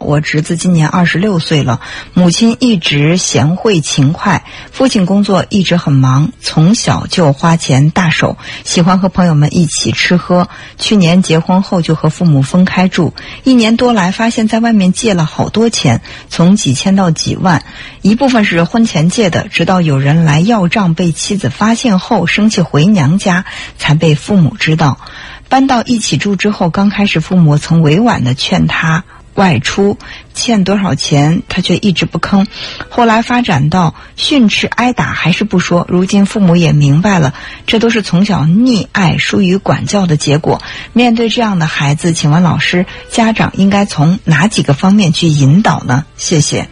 我侄子今年26岁了，母亲一直贤惠勤快，父亲工作一直很忙，从小就花钱大手，喜欢和朋友们一起吃喝。去年结婚后就和父母分开住，1年多来发现在外面借了好多钱，从几千到几万，一部分是婚前借的，直到有人来要账被妻子发现后生气回娘家，才被父母知道。搬到一起住之后，刚开始父母曾委婉地劝他外出，欠多少钱他却一直不吭，后来发展到训斥挨打还是不说。如今父母也明白了，这都是从小溺爱疏于管教的结果。面对这样的孩子，请问老师，家长应该从哪几个方面去引导呢？谢谢。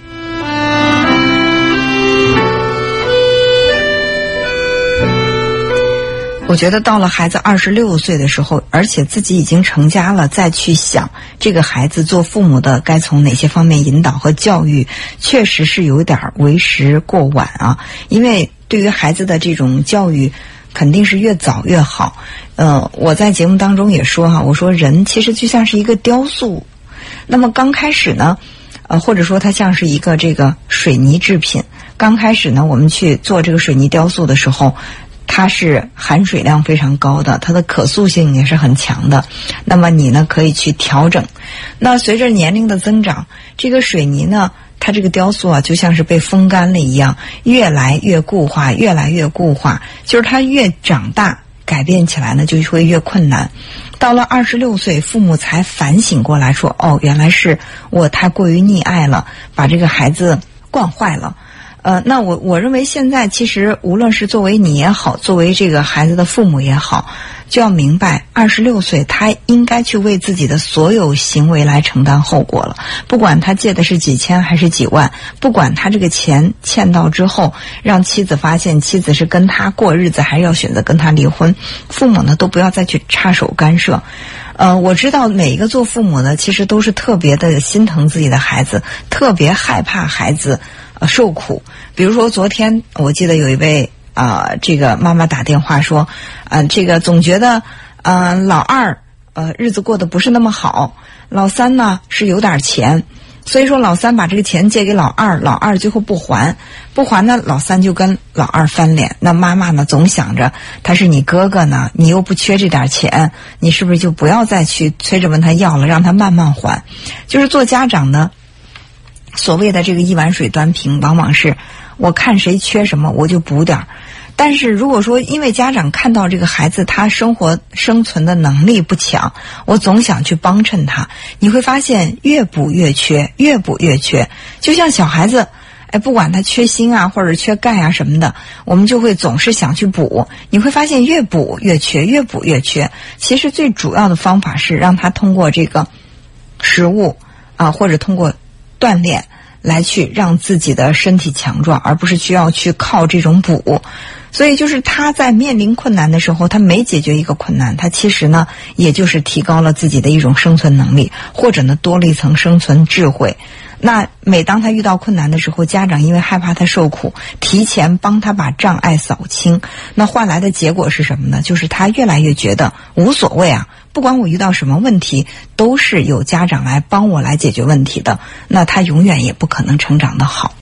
我觉得到了孩子26岁的时候，而且自己已经成家了，再去想这个孩子做父母的该从哪些方面引导和教育，确实是有点为时过晚啊。因为对于孩子的这种教育肯定是越早越好。我在节目当中也说哈，我说人其实就像是一个雕塑，那么刚开始呢或者说它像是一个这个水泥制品，刚开始呢我们去做这个水泥雕塑的时候，它是含水量非常高的，它的可塑性也是很强的，那么你呢可以去调整。那随着年龄的增长，这个水泥呢它这个雕塑啊就像是被风干了一样，越来越固化，越来越固化，就是它越长大改变起来呢就会越困难。到了26岁，父母才反省过来说，原来是我太过于溺爱了，把这个孩子惯坏了。那我认为现在其实无论是作为你也好，作为这个孩子的父母也好，就要明白26岁他应该去为自己的所有行为来承担后果了。不管他借的是几千还是几万，不管他这个钱欠到之后让妻子发现妻子是跟他过日子还是要选择跟他离婚，父母呢都不要再去插手干涉。我知道每一个做父母的其实都是特别的心疼自己的孩子，特别害怕孩子受苦。比如说昨天我记得有一位这个妈妈打电话说，这个总觉得老二日子过得不是那么好，老三呢是有点钱，所以说老三把这个钱借给老二，老二最后不还呢，老三就跟老二翻脸。那妈妈呢总想着他是你哥哥呢，你又不缺这点钱，你是不是就不要再去催着问他要了，让他慢慢还。就是做家长呢，所谓的这个一碗水端平，往往是我看谁缺什么我就补点儿。但是如果说因为家长看到这个孩子他生存的能力不强，我总想去帮衬他，你会发现越补越缺，越补越缺。就像小孩子不管他缺锌啊或者缺钙啊什么的，我们就会总是想去补，你会发现越补越缺，越补越缺。其实最主要的方法是让他通过这个食物或者通过锻炼来去让自己的身体强壮，而不是需要去靠这种补。所以就是他在面临困难的时候，他每解决一个困难，他其实呢也就是提高了自己的一种生存能力，或者呢多了一层生存智慧。那每当他遇到困难的时候，家长因为害怕他受苦，提前帮他把障碍扫清，那换来的结果是什么呢？就是他越来越觉得无所谓啊，不管我遇到什么问题都是有家长来帮我来解决问题的，那他永远也不可能成长得好。